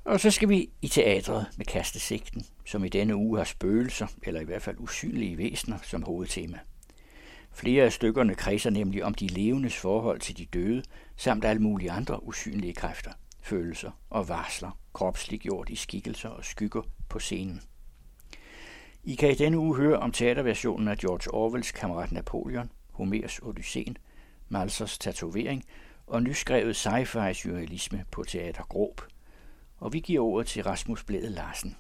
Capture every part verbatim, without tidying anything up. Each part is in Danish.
Og så skal vi i teatret med kastesigten, som i denne uge har spøgelser, eller i hvert fald usynlige væsener, som hovedtema. Flere af stykkerne kredser nemlig om de levendes forhold til de døde, samt alle mulige andre usynlige kræfter, følelser og varsler, kropsliggjort i skikkelser og skygger på scenen. I kan i denne uge høre om teaterversionen af George Orwells Kammerat Napoleon, Homers Odysseen, Malsers Tatovering og nyskrevet sci-fi surrealisme på Teater Gråb. Og vi giver ordet til Rasmus Blædel Larsen.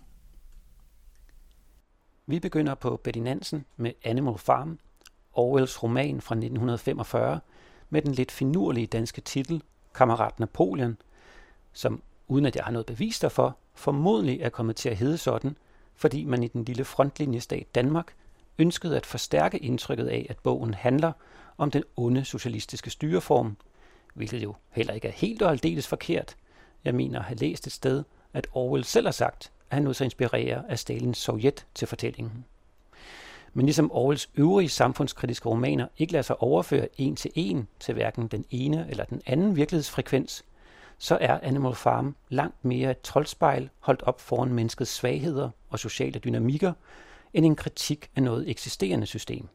Vi begynder på Betty Nansen med Animal Farm, Orwells roman fra nitten femogfyrre, med den lidt finurlige danske titel Kammerat Napoleon, som, uden at jeg har noget bevis derfor, formodentlig er kommet til at hedde sådan, fordi man i den lille frontlinjestat Danmark ønskede at forstærke indtrykket af, at bogen handler om den onde socialistiske styreform, hvilket jo heller ikke er helt og aldeles forkert. Jeg mener at have læst et sted, at Orwell selv har sagt, at han lod sig inspirere af Stalins Sovjet til fortællingen. Men ligesom Orwells øvrige samfundskritiske romaner ikke lader sig overføre en til en til hverken den ene eller den anden virkelighedsfrekvens, så er Animal Farm langt mere et troldspejl holdt op foran menneskets svagheder og sociale dynamikker, end en kritik af noget eksisterende system.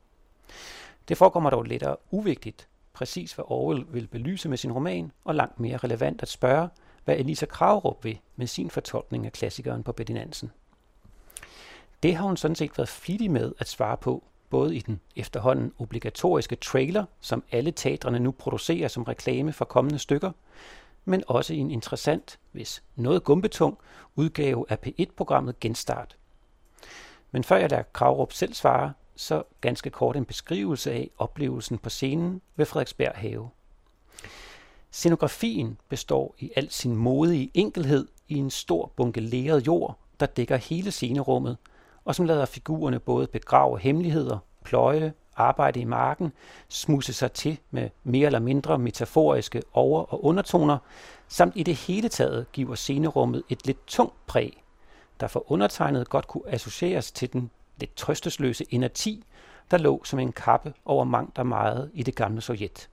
Det forekommer dog lettere uvigtigt, præcis hvad Orwell vil belyse med sin roman, og langt mere relevant at spørge, hvad Elisa Kragerup vil med sin fortolkning af klassikeren på Betty Nansen. Det har hun sådan set været flittig med at svare på, både i den efterhånden obligatoriske trailer, som alle teatrene nu producerer som reklame for kommende stykker, men også i en interessant, hvis noget gumbetung, udgave af P et-programmet Genstart. Men før jeg lader Kragerup selv svare, så ganske kort en beskrivelse af oplevelsen på scenen ved Frederiksberg Have. Scenografien består i al sin modige enkelhed i en stor bunke leret jord, der dækker hele scenerummet, og som lader figurerne både begrave hemmeligheder, pløje, arbejde i marken, smudse sig til med mere eller mindre metaforiske over- og undertoner, samt i det hele taget giver scenerummet et lidt tungt præg, der for undertegnet godt kunne associeres til den lidt trøstesløse inerti, der lå som en kappe over mangt og meget i det gamle Sovjet.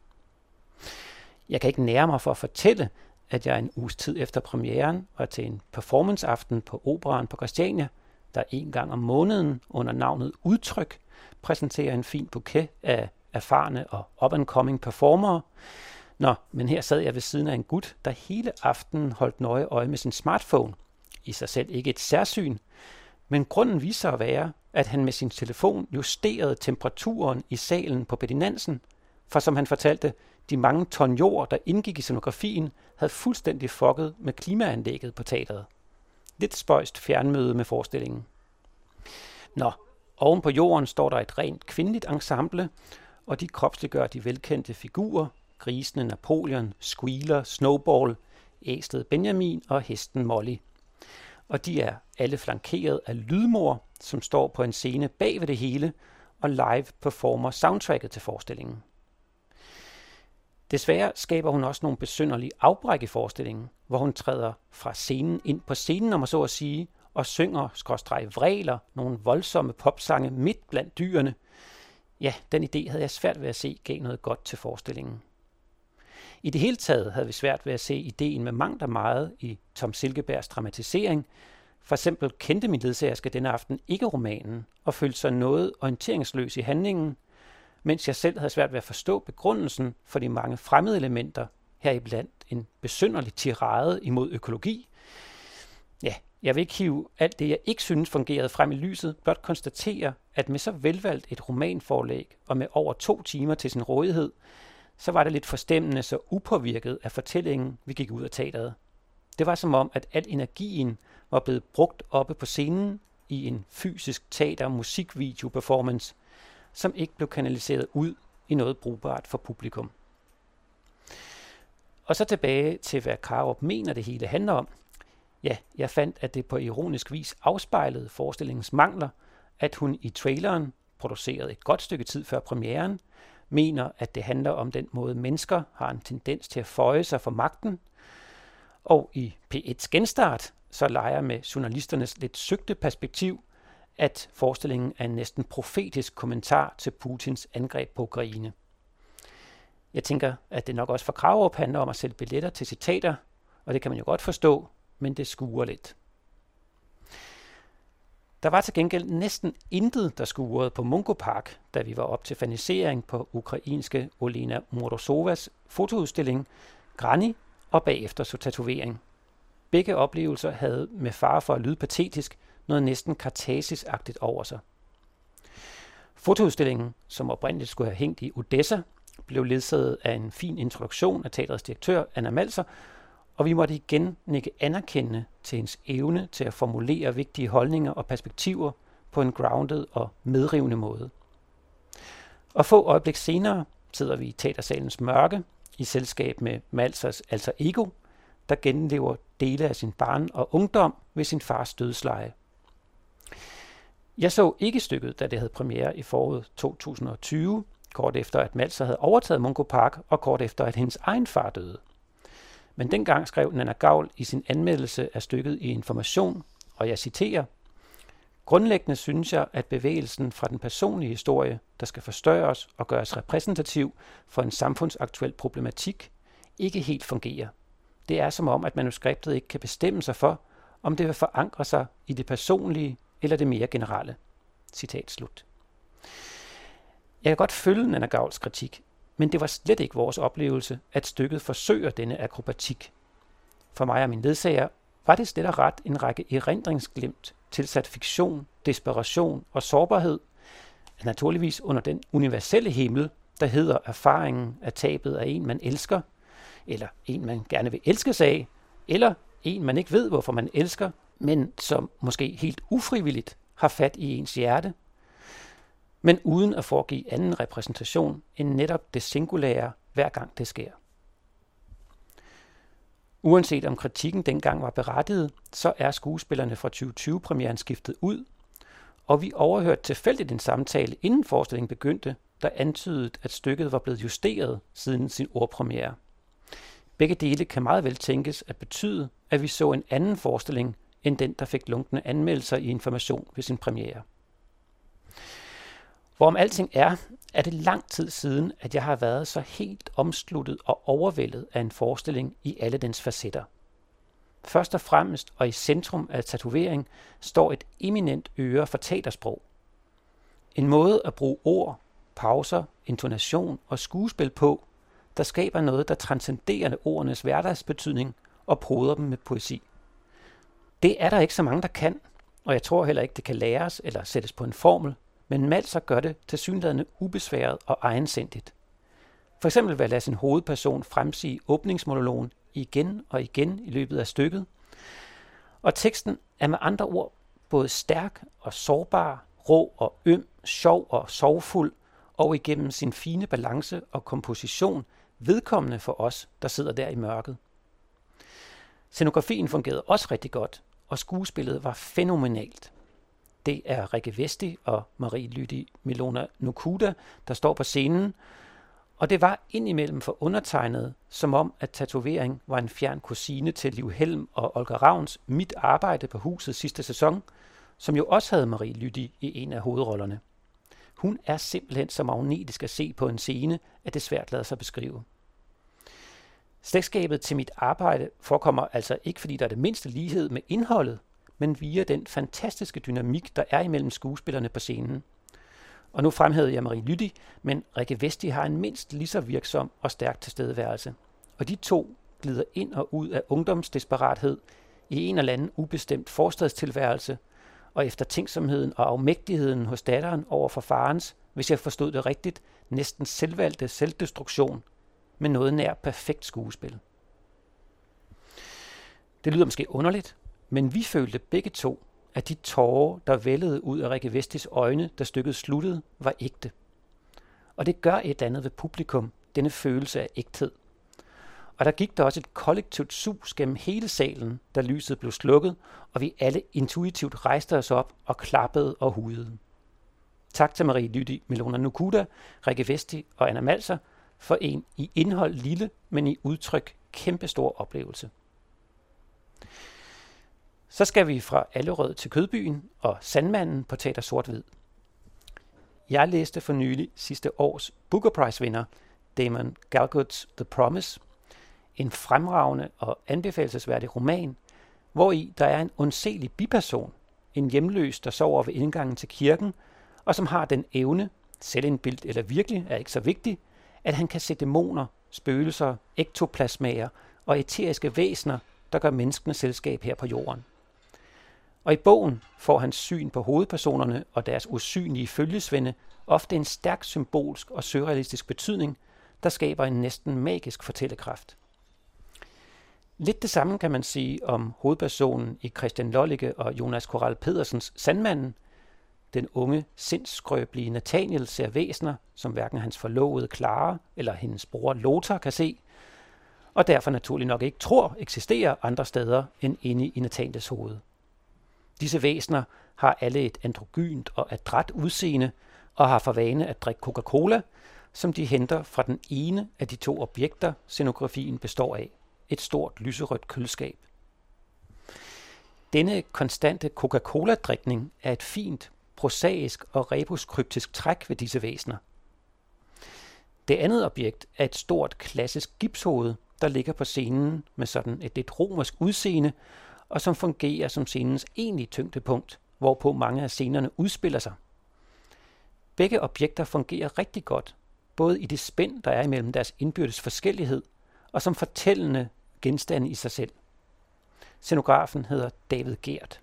Jeg kan ikke nære mig for at fortælle, at jeg en uges tid efter premieren var til en performanceaften på Operaen på Christiania, der en gang om måneden under navnet Udtryk præsenterer en fin bouquet af erfarne og up-and-coming performere. Nå, men her sad jeg ved siden af en gut, der hele aftenen holdt nøje øje med sin smartphone. I sig selv ikke et særsyn, men grunden viser sig at være, at han med sin telefon justerede temperaturen i salen på Betty Nansen, for som han fortalte, de mange ton jord, der indgik i scenografien, havde fuldstændig fucket med klimaanlægget på teateret. Lidt spøjst fjernmøde med forestillingen. Nå, oven på jorden står der et rent kvindeligt ensemble, og de kropsliggør de velkendte figurer, grisene Napoleon, Squealer, Snowball, æslet Benjamin og hesten Molly. Og de er alle flankeret af lydmor, som står på en scene bag ved det hele, og live performer soundtracket til forestillingen. Desværre skaber hun også nogle besynderlige afbræk i forestillingen, hvor hun træder fra scenen ind på scenen, om man så at sige, og synger, skråstreg vræler, nogle voldsomme popsange midt blandt dyrene. Ja, den idé havde jeg svært ved at se gav noget godt til forestillingen. I det hele taget havde vi svært ved at se ideen med mangt og meget i Tom Silkebergs dramatisering. For eksempel kendte min ledsagerske denne aften ikke romanen og følte sig noget orienteringsløs i handlingen, mens jeg selv havde svært ved at forstå begrundelsen for de mange fremmede elementer, heriblandt en besynderlig tirade imod økologi. Ja, jeg vil ikke hive alt det, jeg ikke synes fungerede frem i lyset, blot konstatere, at med så velvalgt et romanforlæg og med over to timer til sin rådighed, så var det lidt forstemmende så upåvirket af fortællingen, vi gik ud af teateret. Det var som om, at al energien var blevet brugt oppe på scenen i en fysisk teater-musikvideo-performance, som ikke blev kanaliseret ud i noget brugbart for publikum. Og så tilbage til, hvad Kragerup mener, det hele handler om. Ja, jeg fandt, at det på ironisk vis afspejlede forestillingens mangler, at hun i traileren, produceret et godt stykke tid før premieren, mener, at det handler om den måde, mennesker har en tendens til at føje sig for magten. Og i P et's Genstart, så leger med journalisternes lidt søgte perspektiv, at forestillingen er en næsten profetisk kommentar til Putins angreb på Ukraine. Jeg tænker, at det nok også for Kragerup handler om at sælge billetter til citater, og det kan man jo godt forstå, men det skuer lidt. Der var til gengæld næsten intet, der skurede på Mungo Park, da vi var op til fanisering på ukrainske Olena Morozovas fotoudstilling Granny og bagefter så tatovering. Begge oplevelser havde med fare for at lyde patetisk noget næsten kartasisagtigt over sig. Fotoudstillingen, som oprindeligt skulle have hængt i Odessa, blev ledsaget af en fin introduktion af teatrets direktør, Anna Malser, og vi måtte igen nikke anerkendende til hendes evne til at formulere vigtige holdninger og perspektiver på en grounded og medrivende måde. Og få øjeblik senere sidder vi i teatersalens mørke i selskab med Malsers alter ego, der genlever dele af sin barn og ungdom ved sin fars dødsleje. Jeg så ikke stykket, da det havde premiere i foråret to tusind og tyve, kort efter at Malser havde overtaget Mungo Park, og kort efter at hendes egen far døde. Men dengang skrev Nanna Gavl i sin anmeldelse af stykket i Information, og jeg citerer: "Grundlæggende synes jeg, at bevægelsen fra den personlige historie, der skal forstørres og gøres repræsentativ for en samfundsaktuel problematik, ikke helt fungerer. Det er som om, at manuskriptet ikke kan bestemme sig for, om det vil forankre sig i det personlige eller det mere generelle." Citat slut. Jeg kan godt følge Nanna Gavls kritik, men det var slet ikke vores oplevelse, at stykket forsøger denne akrobatik. For mig og min ledsager var det slet og ret en række erindringsglimt, tilsat fiktion, desperation og sårbarhed, naturligvis under den universelle himmel, der hedder erfaringen af tabet af en, man elsker, eller en, man gerne vil elskes af, eller en, man ikke ved, hvorfor man elsker, men som måske helt ufrivilligt har fat i ens hjerte, men uden at foregive anden repræsentation end netop det singulære, hver gang det sker. Uanset om kritikken dengang var berettiget, så er skuespillerne fra tyve tyve-premieren skiftet ud, og vi overhørte tilfældigt en samtale, inden forestillingen begyndte, der antydede, at stykket var blevet justeret siden sin ordpremiere. Begge dele kan meget vel tænkes at betyde, at vi så en anden forestilling, end den, der fik lunkne anmeldelser i Information ved sin premiere. Hvorom alting er, er det lang tid siden, at jeg har været så helt omsluttet og overvældet af en forestilling i alle dens facetter. Først og fremmest og i centrum af tatovering står et eminent øre for teatersprog. En måde at bruge ord, pauser, intonation og skuespil på, der skaber noget, der transcenderer ordenes hverdagsbetydning og poder dem med poesi. Det er der ikke så mange, der kan, og jeg tror heller ikke, det kan læres eller sættes på en formel, men Malser gør det tilsyneladende ubesværet og egensindigt. For eksempel ved at lade sin hovedperson fremsige åbningsmonologen igen og igen i løbet af stykket. Og teksten er med andre ord både stærk og sårbar, rå og øm, sjov og sorgfuld, og igennem sin fine balance og komposition vedkommende for os, der sidder der i mørket. Scenografien fungerede også rigtig godt, og skuespillet var fænomenalt. Det er Rikke Vesti og Marie Lydi Milona Nukuda, der står på scenen, og det var indimellem for undertegnet, som om at tatovering var en fjern kusine til Liv Helm og Olga Ravns Mit arbejde på huset sidste sæson, som jo også havde Marie Lydi i en af hovedrollerne. Hun er simpelthen så magnetisk at se på en scene, at det svært lader sig beskrive. Slægtskabet til Mit arbejde forekommer altså ikke, fordi der er det mindste lighed med indholdet, men via den fantastiske dynamik, der er imellem skuespillerne på scenen. Og nu fremhævede jeg Marie Lydi, men Rikke Vesti har en mindst lige så virksom og stærk tilstedeværelse. Og de to glider ind og ud af ungdomsdesperathed i en eller anden ubestemt forstadstilværelse, og efter tænksomheden og afmægtigheden hos datteren over for farens, hvis jeg forstod det rigtigt, næsten selvvalgte selvdestruktion med noget nær perfekt skuespil. Det lyder måske underligt, men vi følte begge to, at de tårer, der vældede ud af Rikke Vestis øjne, da stykket sluttede, var ægte. Og det gør et andet ved publikum, denne følelse af ægthed. Og der gik der også et kollektivt sus gennem hele salen, da lyset blev slukket, og vi alle intuitivt rejste os op og klappede og hudede. Tak til Marie Lydi Milona Nukuda, Rikke Vesti og Anna Malser for en i indhold lille, men i udtryk kæmpestor oplevelse. Så skal vi fra Allerød til Kødbyen og Sandmanden på Teater Sort-Hvid. Jeg læste for nylig sidste års Booker Prize-vinder Damon Galgots The Promise, en fremragende og anbefalelsesværdig roman, hvori der er en undselig biperson, en hjemløs, der sover ved indgangen til kirken, og som har den evne, selvindbildt eller virkelig, er ikke så vigtig, at han kan se dæmoner, spøgelser, ektoplasmaer og æteriske væsener, der gør menneskene selskab her på jorden. Og i bogen får hans syn på hovedpersonerne og deres usynlige følgesvende ofte en stærk symbolsk og surrealistisk betydning, der skaber en næsten magisk fortællekraft. Lidt det samme kan man sige om hovedpersonen i Christian Lollicke og Jonas Corell Pedersens Sandmanden. Den unge, sindsskrøbelige Nathaniel ser væsener, som hverken hans forlovede Clara eller hendes bror Lothar kan se, og derfor naturligt nok ikke tror eksisterer andre steder end inde i Nathaniels hoved. Disse væsener har alle et androgynt og adræt udseende og har for vane at drikke Coca-Cola, som de henter fra den ene af de to objekter, scenografien består af. Et stort lyserødt køleskab. Denne konstante Coca-Cola-drikning er et fint, prosaisk og rebuskryptisk træk ved disse væsener. Det andet objekt er et stort klassisk gipshoved, der ligger på scenen med sådan et lidt romersk udseende, og som fungerer som scenens egentlige tyngdepunkt, hvorpå mange af scenerne udspiller sig. Begge objekter fungerer rigtig godt, både i det spænd, der er imellem deres indbyrdes forskellighed, og som fortællende genstande i sig selv. Scenografen hedder David Gert.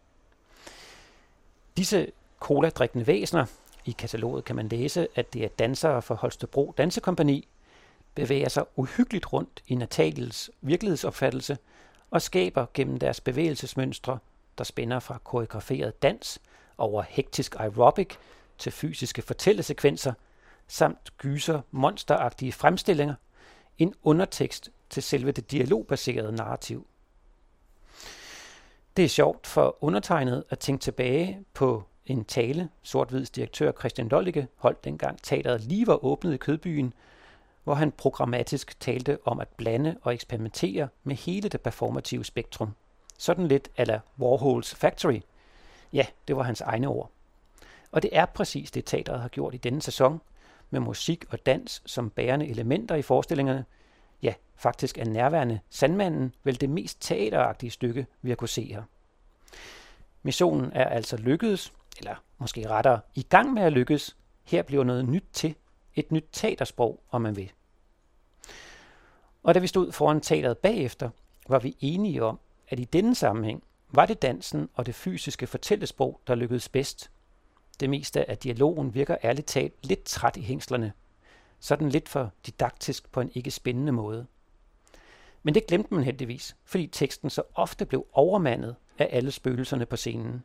Disse cola-drikkende væsener, i kataloget kan man læse, at det er dansere fra Holstebro Dansekompagni, bevæger sig uhyggeligt rundt i Nathaniels virkelighedsopfattelse og skaber gennem deres bevægelsesmønstre, der spænder fra koreograferet dans over hektisk aerobic til fysiske fortællesekvenser, samt gyser monsteragtige fremstillinger, en undertekst til selve det dialogbaserede narrativ. Det er sjovt for undertegnet at tænke tilbage på en tale, sort-hvids direktør Christian Lollicke holdt dengang teateret lige var åbnet i Kødbyen, hvor han programmatisk talte om at blande og eksperimentere med hele det performative spektrum. Sådan lidt a la Warhols Factory. Ja, det var hans egne ord. Og det er præcis det, teateret har gjort i denne sæson, med musik og dans som bærende elementer i forestillingerne. Ja, faktisk er nærværende Sandmanden vel det mest teateragtige stykke, vi har kunne se her. Missionen er altså lykkedes, eller måske rettere i gang med at lykkes. Her bliver noget nyt til. Et nyt teatersprog, om man vil. Og da vi stod foran teateret bagefter, var vi enige om, at i denne sammenhæng var det dansen og det fysiske fortællesprog, der lykkedes bedst. Det meste af dialogen virker ærligt talt lidt træt i hængslerne. Sådan lidt for didaktisk på en ikke spændende måde. Men det glemte man heldigvis, fordi teksten så ofte blev overmandet af alle spøgelserne på scenen.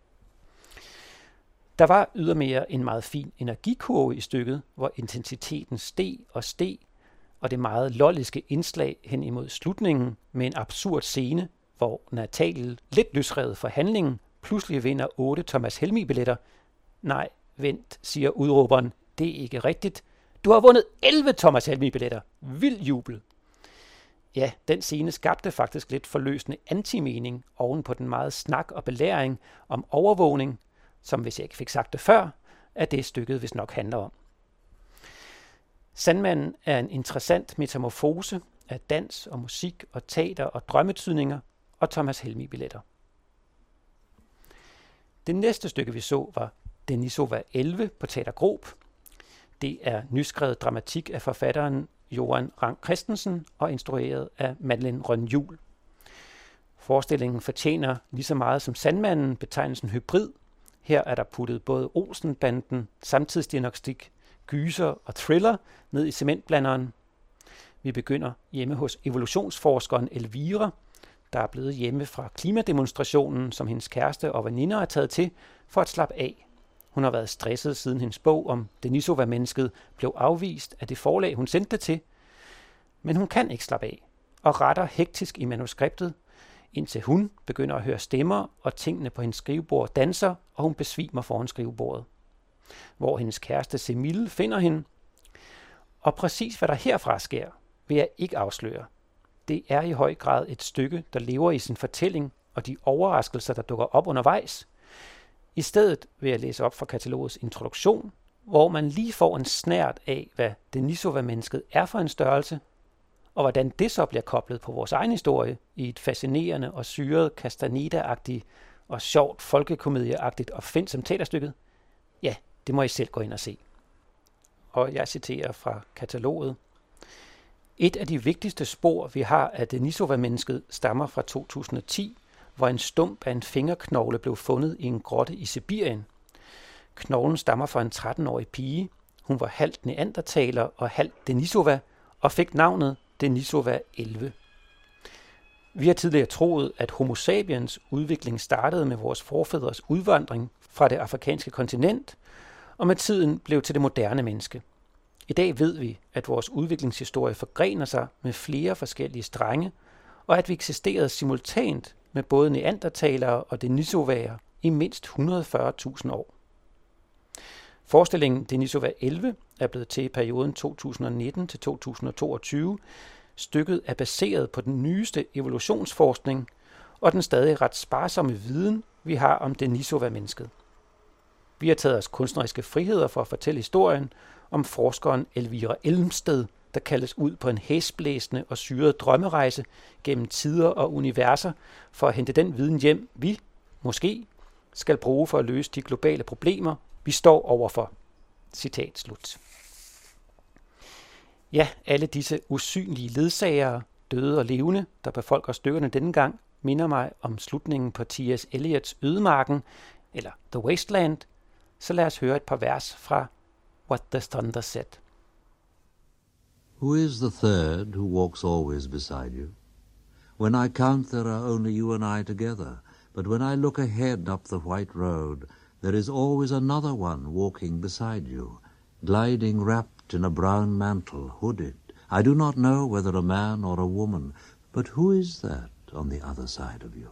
Der var ydermere en meget fin energikurve i stykket, hvor intensiteten steg og steg, og det meget lolliske indslag hen imod slutningen med en absurd scene, hvor Nathaniel, lidt løsrevet for handlingen, pludselig vinder otte Thomas Helmig-billetter. Nej, vent, siger udråberen, det er ikke rigtigt. Du har vundet elleve Thomas Helmig-billetter. Vild jubel. Ja, den scene skabte faktisk lidt forløsende antimening oven på den meget snak og belæring om overvågning, som hvis jeg ikke fik sagt det før, er det stykket hvis nok handler om. Sandmanden er en interessant metamorfose af dans og musik og teater og drømmetydninger og Thomas Helmig-billetter. Det næste stykke, vi så, var Denisova elleve på Teater Grob. Det er nyskrevet dramatik af forfatteren Johan Rang Christensen og instrueret af Madeleine Rønne-Juhl. Forestillingen fortjener lige så meget som Sandmanden betegnelsen hybrid. Her er der puttet både Olsenbanden, samtidsdiagnostik, gyser og thriller ned i cementblanderen. Vi begynder hjemme hos evolutionsforskeren Elvira, der er blevet hjemme fra klimademonstrationen, som hendes kæreste og veninder er taget til for at slappe af. Hun har været stresset siden hendes bog om Denisova-mennesket blev afvist af det forlag, hun sendte det til. Men hun kan ikke slappe af og retter hektisk i manuskriptet, indtil hun begynder at høre stemmer, og tingene på hendes skrivebord danser, og hun besvimer foran skrivebordet. Hvor hendes kæreste Semille finder hende. Og præcis hvad der herfra sker, vil jeg ikke afsløre. Det er i høj grad et stykke, der lever i sin fortælling, og de overraskelser, der dukker op undervejs. I stedet vil jeg læse op fra katalogets introduktion, hvor man lige får en snert af, hvad Denisova-mennesket er for en størrelse, og hvordan det så bliver koblet på vores egen historie i et fascinerende og syret Castaneda-agtigt og sjovt folkekomedieagtigt og opfindsomt teaterstykket, ja, det må I selv gå ind og se. Og jeg citerer fra kataloget. Et af de vigtigste spor, vi har af Denisova-mennesket, stammer fra to tusind og ti, hvor en stump af en fingerknogle blev fundet i en grotte i Sibirien. Knoglen stammer fra en tretten-årig pige. Hun var halvt neandertaler og halvt Denisova, og fik navnet Denisova elleve. Vi har tidligere troet, at Homo sapiens udvikling startede med vores forfædres udvandring fra det afrikanske kontinent, og med tiden blev til det moderne menneske. I dag ved vi, at vores udviklingshistorie forgrener sig med flere forskellige strenge, og at vi eksisterede simultant med både neandertalere og denisovaer i mindst et hundrede og fyrre tusind år. Forestillingen Denisova elleve er blevet til i perioden to tusind og nitten til to tusind og toogtyve. Stykket er baseret på den nyeste evolutionsforskning og den stadig ret sparsomme viden, vi har om Denisova-mennesket. Vi har taget os kunstneriske friheder for at fortælle historien om forskeren Elvira Elmsted, der kaldes ud på en hæsblæsende og syret drømmerejse gennem tider og universer for at hente den viden hjem, vi, måske, skal bruge for at løse de globale problemer, vi står overfor. Citat slut. Ja, alle disse usynlige ledsagere, døde og levende, der befolker stykkerne denne gang, minder mig om slutningen på T S Eliots Ødemarken, eller The Wasteland, så lad os høre et par vers fra What the Thunder Said. Who is the third who walks always beside you? When I count, there are only you and I together, but when I look ahead up the white road, there is always another one walking beside you, gliding wrapped in a brown mantle, hooded. I do not know whether a man or a woman, but who is that on the other side of you?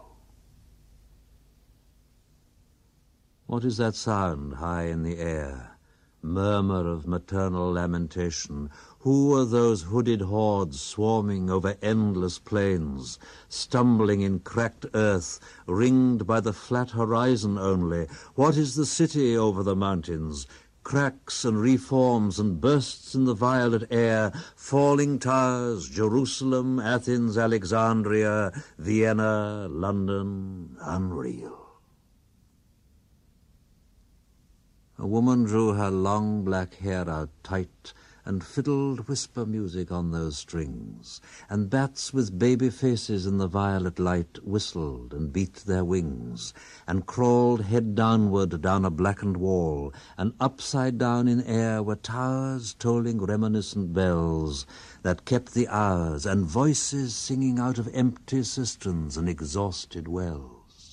What is that sound high in the air? Murmur of maternal lamentation. Who are those hooded hordes swarming over endless plains, stumbling in cracked earth, ringed by the flat horizon only? What is the city over the mountains? Cracks and reforms and bursts in the violet air, falling towers, Jerusalem, Athens, Alexandria, Vienna, London, unreal. A woman drew her long black hair out tight and fiddled whisper music on those strings, and bats with baby faces in the violet light whistled and beat their wings, and crawled head downward down a blackened wall, and upside down in air were towers tolling reminiscent bells that kept the hours, and voices singing out of empty cisterns and exhausted wells.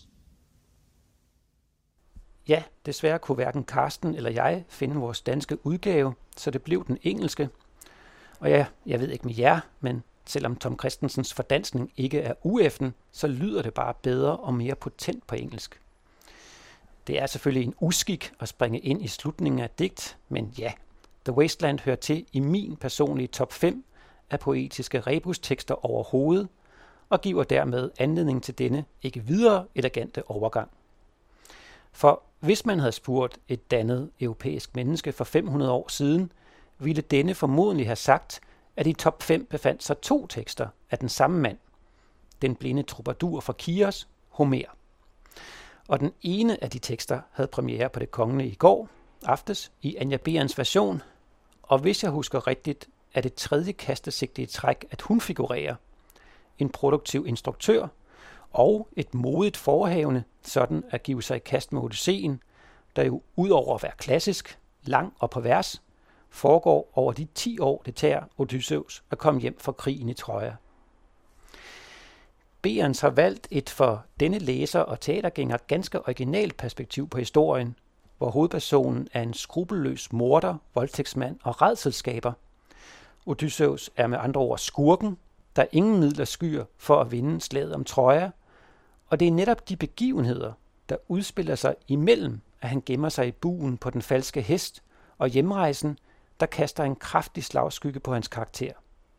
Ja, desværre kunne hverken Karsten eller jeg finde vores danske udgave, så det blev den engelske. Og ja, jeg ved ikke med jer, men selvom Tom Kristensens fordansning ikke er ueffen, så lyder det bare bedre og mere potent på engelsk. Det er selvfølgelig en uskik at springe ind i slutningen af et digt, men ja, The Wasteland hører til i min personlige top fem af poetiske rebustekster overhovedet, og giver dermed anledning til denne ikke videre elegante overgang. For hvis man havde spurgt et dannet europæisk menneske for fem hundrede år siden, ville denne formodentlig have sagt, at i top fem befandt sig to tekster af den samme mand. Den blinde troubadour fra Kios, Homer. Og den ene af de tekster havde premiere på Det Kongelige i går aftes i Anja Berens version, og hvis jeg husker rigtigt, er det tredje kastesigte i træk, at hun figurerer. En produktiv instruktør, og et modigt forhavende, sådan at give sig i kast med Odysseen, der jo udover at være klassisk, lang og på vers, foregår over de ti år, det tager Odysseus at komme hjem fra krigen i Troja. Berens har valgt et for denne læser og teatergænger ganske originalt perspektiv på historien, hvor hovedpersonen er en skrupelløs morder, voldtægtsmand og rædselsskaber. Odysseus er med andre ord skurken, der ingen midler skyer for at vinde slaget om Troja, og det er netop de begivenheder, der udspiller sig imellem, at han gemmer sig i buen på den falske hest, og hjemrejsen, der kaster en kraftig slagskygge på hans karakter.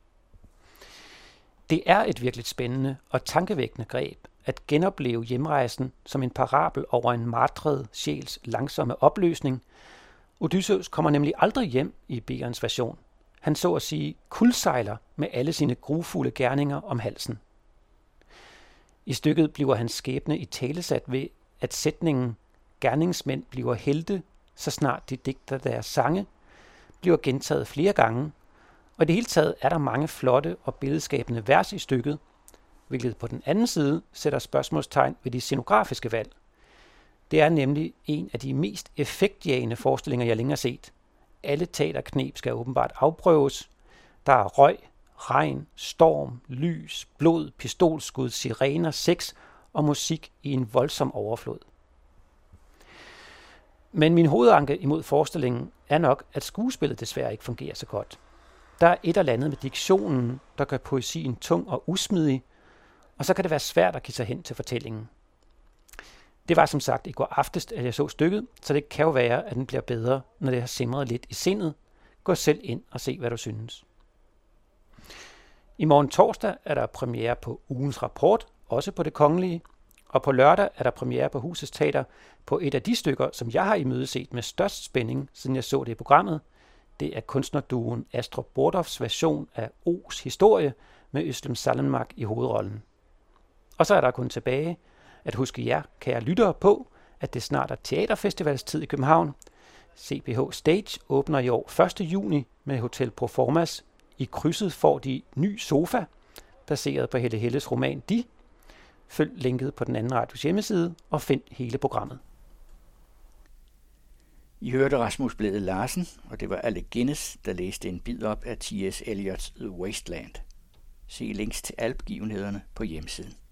Det er et virkelig spændende og tankevækkende greb at genopleve hjemrejsen som en parabel over en martret sjæls langsomme opløsning. Odysseus kommer nemlig aldrig hjem i Berens version. Han så at sige kuldsejler med alle sine grufulde gerninger om halsen. I stykket bliver hans skæbne italesat ved, at sætningen gerningsmænd bliver helte, så snart de digter deres sange, bliver gentaget flere gange, og i det hele taget er der mange flotte og billedskabende vers i stykket, hvilket på den anden side sætter spørgsmålstegn ved de scenografiske valg. Det er nemlig en af de mest effektjagende forestillinger, jeg længe har set. Alle teaterknep skal åbenbart afprøves. Der er røg, regn, storm, lys, blod, pistolskud, sirener, sex og musik i en voldsom overflod. Men min hovedanke imod forestillingen er nok, at skuespillet desværre ikke fungerer så godt. Der er et eller andet med diktionen, der gør poesien tung og usmidig, og så kan det være svært at give sig hen til fortællingen. Det var som sagt i går aftes, at jeg så stykket, så det kan jo være, at den bliver bedre, når det har simret lidt i sindet. Gå selv ind og se, hvad du synes. I morgen torsdag er der premiere på Ugens Rapport, også på Det Kongelige, og på lørdag er der premiere på Husets Teater på et af de stykker, som jeg har imødeset med størst spænding, siden jeg så det i programmet. Det er kunstnerduoen Astrup Bordorffs version af O's historie med Özlem Salomak i hovedrollen. Og så er der kun tilbage at huske jer, kære lyttere, på, at det snart er teaterfestivalstid i København. C B H Stage åbner i år første juni med Hotel Proformas. I krydset får de ny sofa, baseret på Helle Helles roman De. Følg linket på den anden radios hjemmeside og find hele programmet. I hørte Rasmus Blædel Larsen, og det var Alec Guinness, der læste en bid op af T S Eliots The Wasteland. Se links til alle begivenhederne på hjemmesiden.